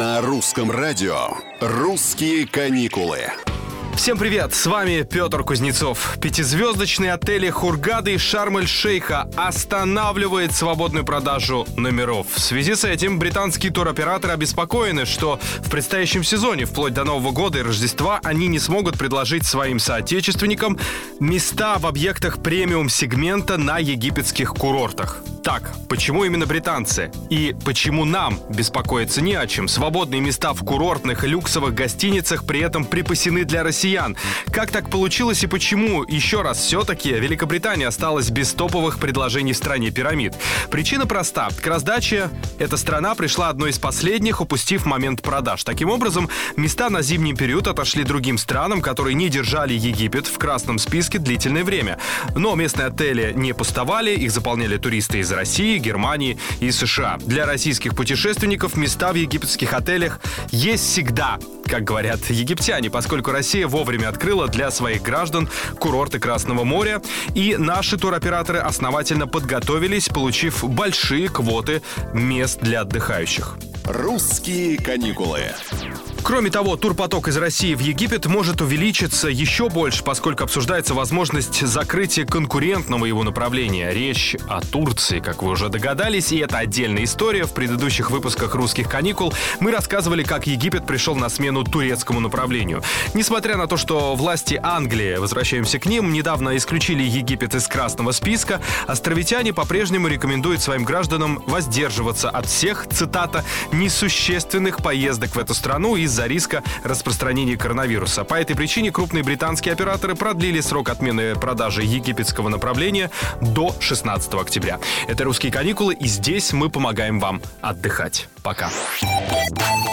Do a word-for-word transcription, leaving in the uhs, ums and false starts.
На русском радио «Русские каникулы». Всем привет, с вами Петр Кузнецов. Пятизвездочные отели Хургады и Шарм-эль-Шейха останавливает свободную продажу номеров. В связи с этим британские туроператоры обеспокоены, что в предстоящем сезоне, вплоть до Нового года и Рождества, они не смогут предложить своим соотечественникам места в объектах премиум-сегмента на египетских курортах. Так, почему именно британцы? И почему нам беспокоиться не о чем? Свободные места в курортных и люксовых гостиницах при этом припасены для россиян. Как так получилось и почему, еще раз, все-таки Великобритания осталась без топовых предложений в стране пирамид? Причина проста. К раздаче эта страна пришла одной из последних, упустив момент продаж. Таким образом, места на зимний период отошли другим странам, которые не держали Египет в красном списке длительное время. Но местные отели не пустовали, их заполняли туристы из России, Германии и США. Для российских путешественников места в египетских отелях есть всегда, как говорят египтяне, поскольку Россия вовремя открыла для своих граждан курорты Красного моря, и наши туроператоры основательно подготовились, получив большие квоты мест для отдыхающих. «Русские каникулы». Кроме того, турпоток из России в Египет может увеличиться еще больше, поскольку обсуждается возможность закрытия конкурентного его направления. Речь о Турции, как вы уже догадались, и это отдельная история. В предыдущих выпусках «Русских каникул» мы рассказывали, как Египет пришел на смену турецкому направлению. Несмотря на то, что власти Англии, возвращаемся к ним, недавно исключили Египет из красного списка, островитяне по-прежнему рекомендуют своим гражданам воздерживаться от всех, цитата, «несущественных поездок в эту страну» из из-за риска распространения коронавируса. По этой причине крупные британские операторы продлили срок отмены продажи египетского направления до шестнадцатого октября. Это «Русские каникулы», и здесь мы помогаем вам отдыхать. Пока.